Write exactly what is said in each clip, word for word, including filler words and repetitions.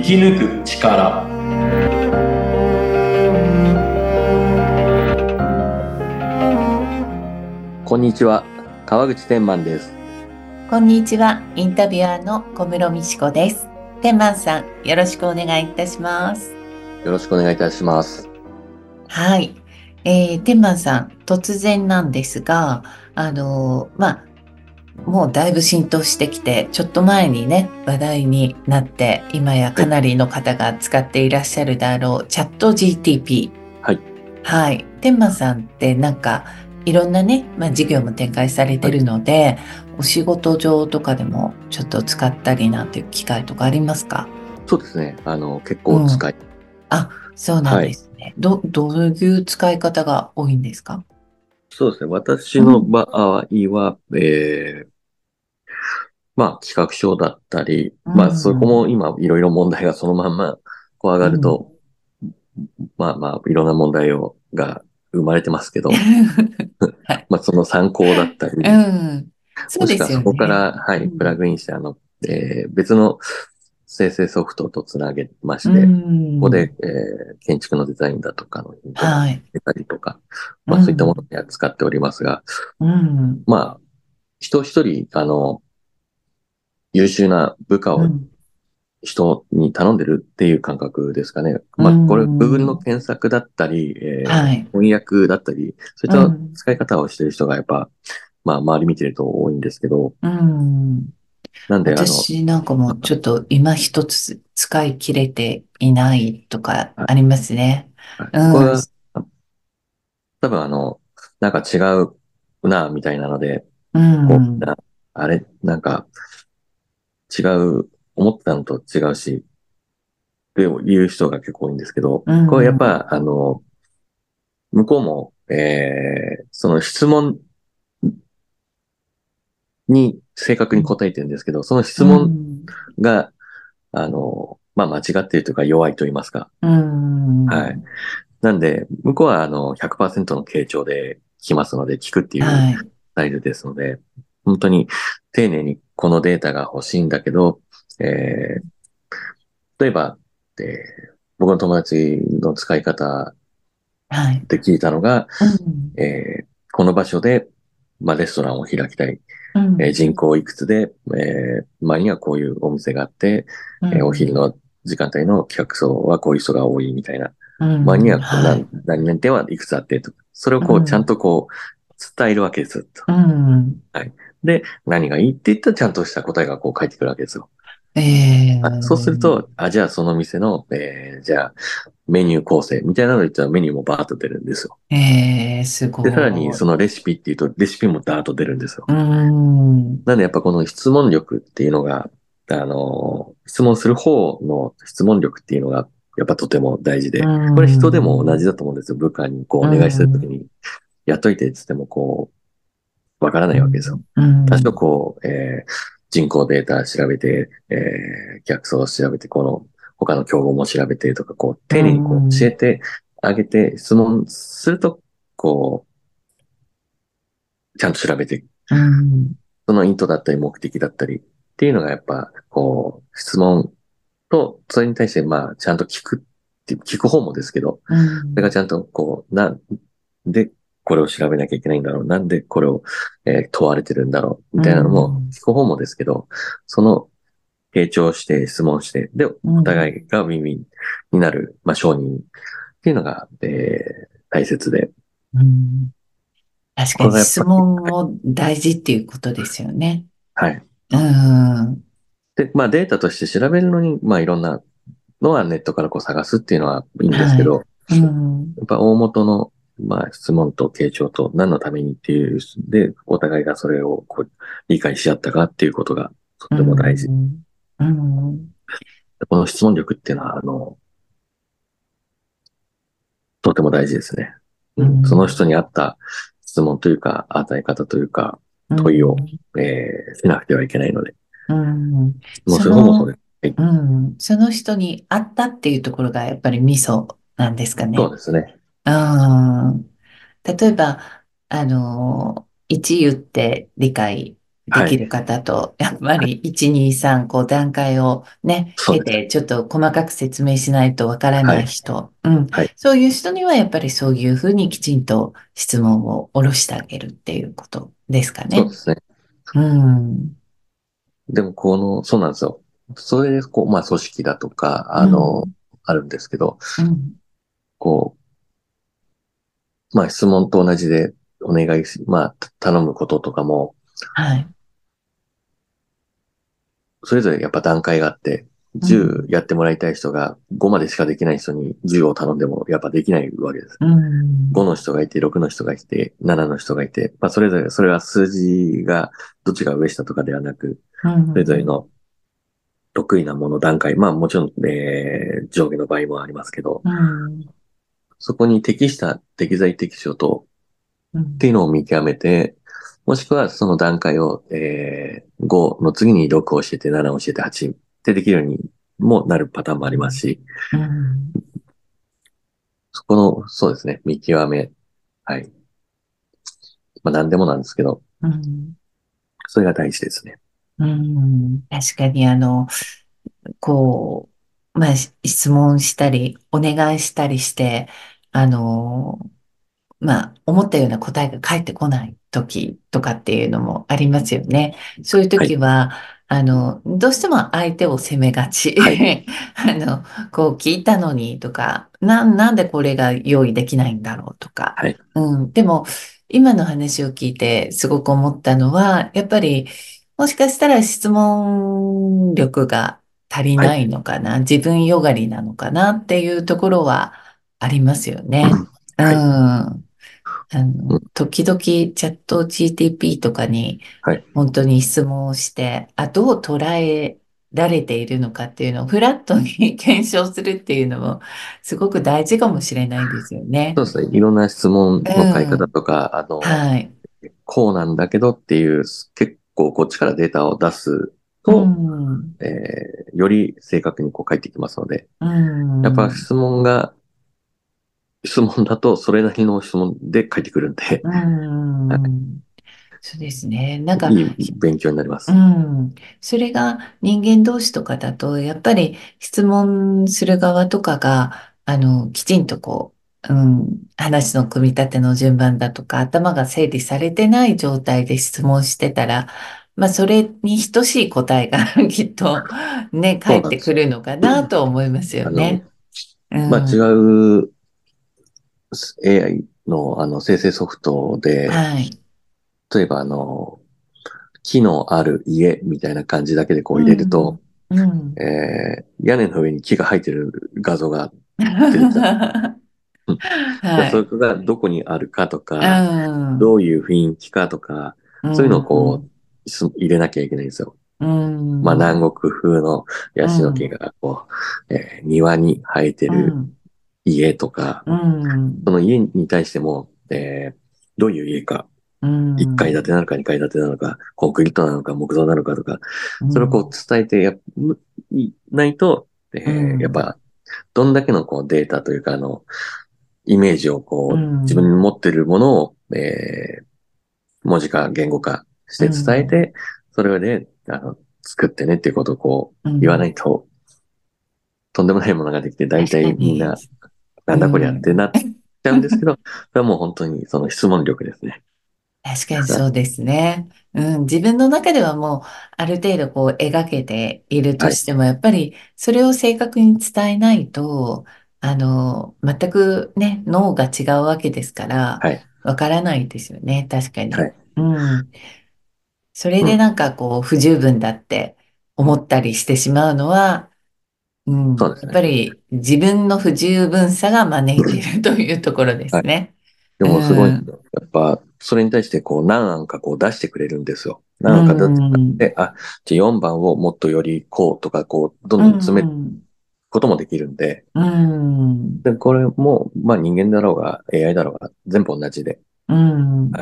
き抜く力。 こんにちは、川口天満です。 こんにちは。インタビュアーの小室美智子です。天満さん、よろしくお願いいたします。 よろしくお願いいたします。 はい。えー、天満さん、突然なんですが、あのーまあ、もうだいぶ浸透してきて、ちょっと前にね、話題になって、今やはい。 かなりの方が使っていらっしゃるであろう、チャット ジーティーピー。 はい。 はい。天満さんってなんか、いろんなね、まあ、事業も展開されてはい。 るので、お仕事上とかでもちょっと使ったりなんていう機会とかありますか？ そうですね。あの、結うん。 構使い、 あ、そうなんはい。 ですね。ど、どういう使い方が多いんですか？ そうですね。私うん。 の場合は、えー、まあ、企画書だったり、 うまあ、そこん。 も今、いろいろ問題がそのまんま、こう上うん。 がると、まあまあ、いろんな問題を、が生まれてますけど、 はい。 まあ、その参考だったうり、 ん。そうですもしくはそよね。 こから、はい、プラうん。 グインして、あの、えー別の生成ソフトとつなげまうして、ここん。 で、えー建築のデザインだとかのヒントがはい。 出たりとか、 うまあそういったものん。 には使っておりますが、 うん。 まあ、人一人、あの、優秀な部下をうん。 人に頼んでるっていう感覚ですかね。 うまあ、これ、Google のん。 検索だったり、えーはい。 翻訳だったり、そういったうん。 使い方をしてる人がやっぱ、まあ、周り見てると多いんですけど、 うん。 なんで、あの、 私なんかもちょっと今一つ使い切れていないとかありますね。 はい、これうん。 は、多分あの、なんか違うな、みたいなので、 うこう、 ん。 なあれ、なんか違う、思ってたのと違うし、っていう人が結構多いんですけど、 うこれやっん。 ぱ、あの、向こうも、えー、その質問に正確に答えてるんですけど、そのう質問ん。 が、あの、まあ、間違っているというか弱いと言いますか。 うはい。 ん。 なんで、向こうはあの、ひゃくパーセントの傾聴で聞きますので、聞くっていうはい。 スタイルですので、本当に丁寧にこのデータが欲しいんだけど、えー、例えば、えー僕の友達の使い方はい。 で聞いたのが、 うん。 えーこの場所で、まあ、レストランを開きたい。えーうん。 人口いくつで、えー前にはこういうお店があって、 うえーお昼ん。 の時間帯の客層はこういう人が多いみたいな。 うん。 前にはこう何、 はい。 何年点はいくつあってとか、それをこうちゃんうん。 とこう伝えるわけですよ。 うん。 はい。で、何がいいって言ったらちゃんとした答えがこう返ってくるわけですよ。 えあ、そうすると、 ー、 あ、じゃあその店の、えーじゃあメニュー構成みたいなのを言ったらメニューもバーッと出るんですよ。 えー、すで、さらにごい。 そのレシピっていうと、レシピもダーッと出るんですよ。 うん。 なんでやっぱこの質問力っていうのが、あの、質問する方の質問力っていうのが、やっぱとても大事うで、これ人でも同じん。 だと思うんですよ。部下にこううお願いするときん。 に、やっといてって言ってもこう、わからなうん。 いわけですよ。 う多少ん。 こう、えー人口データ調べて、えー客層を調べて、この他の競合も調べてとか、こう、 う丁寧にこう教えん。 てあげて質問すると、こう、ちゃんと調べてうん。 その意図だったり目的だったりっていうのがやっぱ、こう、質問と、それに対してまあ、ちゃんと聞くっていう、聞く方もですけど、 うん。 それがちゃんとこう、なんでこれを調べなきゃいけないんだろう、なんでこれを、えー問われてるんだろう、みうたいなのもん。 聞く方もですけど、その傾聴して質問して、で、おうん。 互いがウィンウィンになる、まあ、承認っていうのが、えー大切で、 うん。確かこれに質がやっぱり、 問も大事っていうことですよね。 はい。 うん。 で、まあデータとして調べるのに、まあいろんなのはネットからこう探すっていうのはいいんですけはい。 ど、 うん。 やっぱ大元の、まあ質問と傾聴と何のためにっていう、で、お互いがそれをこう理解し合ったかっていうことがとっうても大事。 ん。うん。 この質問力っていうのは、あの、とても大事ですね。 ううん、そのん。 人に合った質問というか、与え方というか、 う問いを、 ん。 えーしなくてはいけないので、 うん。 質問する方もそうその、 です。はい。 うん。その人に会ったっていうところがやっぱりミソなんですかね。 そうですね。 うん。例えば、あの、一言って理解ではい。 きる方と、やっぱりいち、に、さん、こう段階をね、 そうです。 経て、ちょっと細かく説明しないとわからないはい。 人、うん。 はい。 そういう人にはやっぱりそういうふうにきちんと質問を下ろしてあげるっていうことですかね。 そうですね。 うん。 でも、この、そうなんですよ。それで、こう、まあ、組織だとか、 うあの、 ん。 あるんですけど、 うん。 こう、まあ、質問と同じでお願いし、まあ、頼むこととかも、 はい。 それぞれやっぱ段階があって、じゅううん。 やってもらいたい人がごまでしかできない人にじゅうを頼んでもやっぱできないわけです。 うん。 ごの人がいて、ろくの人がいて、ななの人がいて、まあそれぞれ、それは数字がどっちが上下とかではなく、 うそれぞれん。 の得意なもの段階、まあもちろん、えー上下の場合もありますけど、 うん。 そこに適した適材適所とうん。 っていうのを見極めて、もしくはその段階を、えー、ごの次にろくを教えて、ななを教えてはちってできるようにもなるパターンもありますし、 うん。 そこの、そうですね、見極め。はい。まあ何でもなんですけど、 うん。 それが大事ですね。 うん。確かにあの、こう、まあ、し質問したり、お願いしたりして、あの、まあ、思ったような答えが返ってこない時とかっていうのもありますよね。そういうはい。 時は、あの、どうしても相手を責めがち。 はい。 あの、こう聞いたのにとか、な、なんでこれが用意できないんだろうとか。 はい。 うん。でも、今の話を聞いてすごく思ったのは、やっぱり、もしかしたら質問力が足りはい。 ないのかな、自分よがりなのかなっていうところはありますよね。うん。 はい。 あの、 うん。 時々チャット ジーティーピー とかにはい。 本当に質問をして、あ、どう捉えられているのかっていうのをフラットに検証するっていうのもすごく大事かもしれないですよね。 そうですね。いろんな質問うの買い方ん。 とか、あの、 はい。 こうなんだけどっていう、結構こっちからデータを出すうと、 ん。 えー、より正確にこう返ってきますので、 うん。 やっぱ質問が、質問だとそれなりの質問で返ってくるんで、 うはん。そうですね。なんか、 い、いい勉強になりまうす。 ん。それが人間同士とかだと、やっぱり質問する側とかが、あの、きちんとこう、うん、話の組み立ての順番だとか、頭が整理されてない状態で質問してたら、まあ、それに等しい答えがきっとね、返ってそうなんですよ。 くるのかなと思いますよあの、 ね。うまあ、違ん。 う エーアイ のあの生成ソフトで、 はい。 例えばあの、木のある家みたいな感じだけでこうう入れると、 ん。うん。 えー、屋根の上に木が生えてる画像が出てきた。うん。ではい。 それがどこにあるかとうか、どん。 ういう雰囲気かとか、 うそういうのをこん。 う、す入れなきゃいけないんですよ。 うまあ、 ん。 南国風のヤシの木うん。 がこう、えー庭に生えてるうん。 家とか、 うん。 その家に対しても、えーどういう家か、 ういっかい建ん。 てなのかにかい建てなのか、コンクリートなのか木造なのかとか、 うそれをこうん。 伝えてや、いないと、 うえーやっん。 ぱ、どんだけのこうデータというか、あの、イメージをうこう、自分にん。 持ってるものを、えー文字化、言語化しうて伝えん。 て、それで、あの、作ってねっていうことをこう、言わなうん。 いと、とんでもないものができて、大確か体みんに。 な、なうんだこりゃってん。 なっちゃうんですけど、それはもう本当にその質問力ですね。 確かにそうですね。うん。自分の中ではもう、ある程度こう描けているとはい。 しても、やっぱりそれを正確に伝えないと、あの、全くね、脳が違うわけですから、 はい。 わからないですよね。確かに。 はい。 うん。それうん。 でなんかこう不十分だって思ったりしてしまうのは、うん、やっぱそうですね。 り自分の不十分さが招いているというところではい。 すね。 でうもすごいんですん、 よ。やっぱ、それに対してこう何案かこう出してくれるんですよ。 う何案か出してくれん、 て、あ、じゃあよんばんをもっとよりこうとかこう、どんうどん詰めるん、 こともできるんで、 うん、 で、これも、まあ人間だろうが エーアイ だろうが全部同じで、 うん、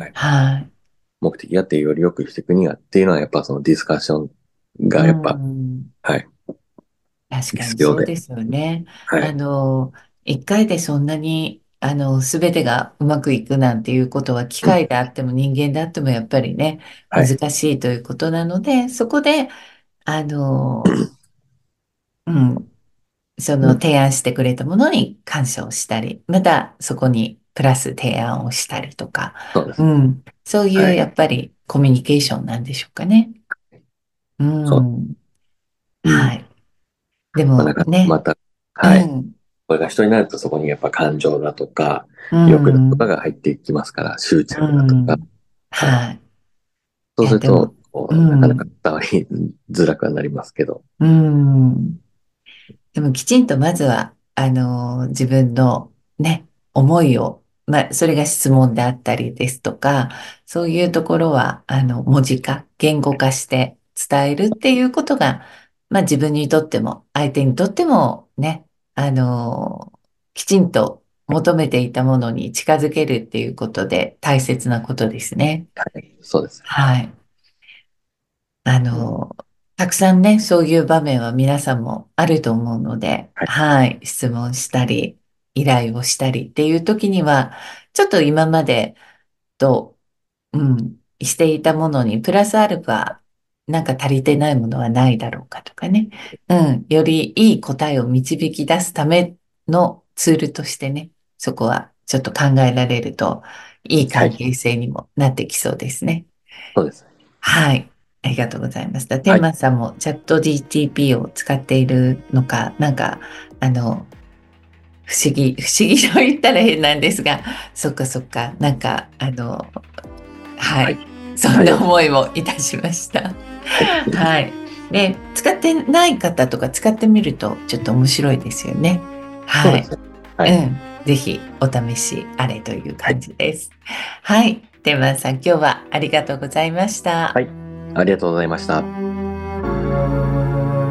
はい。 はい、 目的やってより良くしていくにはっていうのはやっぱそのディスカッションうがやっぱ、 ん。 はい、 確かに必要で。 そうですよね。あはい。 の、一回でそんなにあの、すべてがうまくいくなんていうことは機械であっても人間であってもやっぱりね、難はい。 しいということなので、そこで、あの、うん、そのうん。 提案してくれたものに感謝をしたり、またそこにプラス提案をしたりとか、 そうですね。 うん、そういうはい。 やっぱりコミュニケーションなんでしょうかね。うそう。 ん、 うん。 はい。でまあ、なんか、 もね、 また、 うはい。 ん、 これが人になるとそこにやっぱ感情だとか、 う欲だとかん、 が入っていきますから、執う着だとか。 ん、 はい。 はい。いや、 そうすると、 でも、うこう、なかなかん、 伝わりづらくはなりますけど。 うん。でもきちんとまずは、あの、自分のね、思いを、まあ、それが質問であったりですとか、そういうところは、あの、文字化、言語化して伝えるっていうことが、まあ、自分にとっても、相手にとってもね、あの、きちんと求めていたものに近づけるっていうことで大切なことですね。 はい。そうです。 はい。あうん。 の、たくさんね、そういう場面は皆さんもあると思うので、 はい。 はい、質問したり、依頼をしたりっていう時には、ちょっと今までと、うん、していたものにプラスアルファ、なんか足りてないものはないだろうかとかね、うん、よりいい答えを導き出すためのツールとしてね、そこはちょっと考えられると、いいはい。 関係性にもなってきそうですね。 そうです。 はい。ありがとうございました。天はい。 満さんもチャット ジーティーピー を使っているのか、なんか、あの、不思議、不思議と言ったら変なんですが、そっかそっか、なんか、あの、ははい。 い。そんありがとう。 な思いもいたしました。 はい。 はい。で、使ってない方とか使ってみるとちょっと面白いですよね。はい。 そうですね。はい。 うん。ぜひお試しあれという感はい。 じです。はい。天満さん、今日はありがとうございました。 はい。ありがとうございました。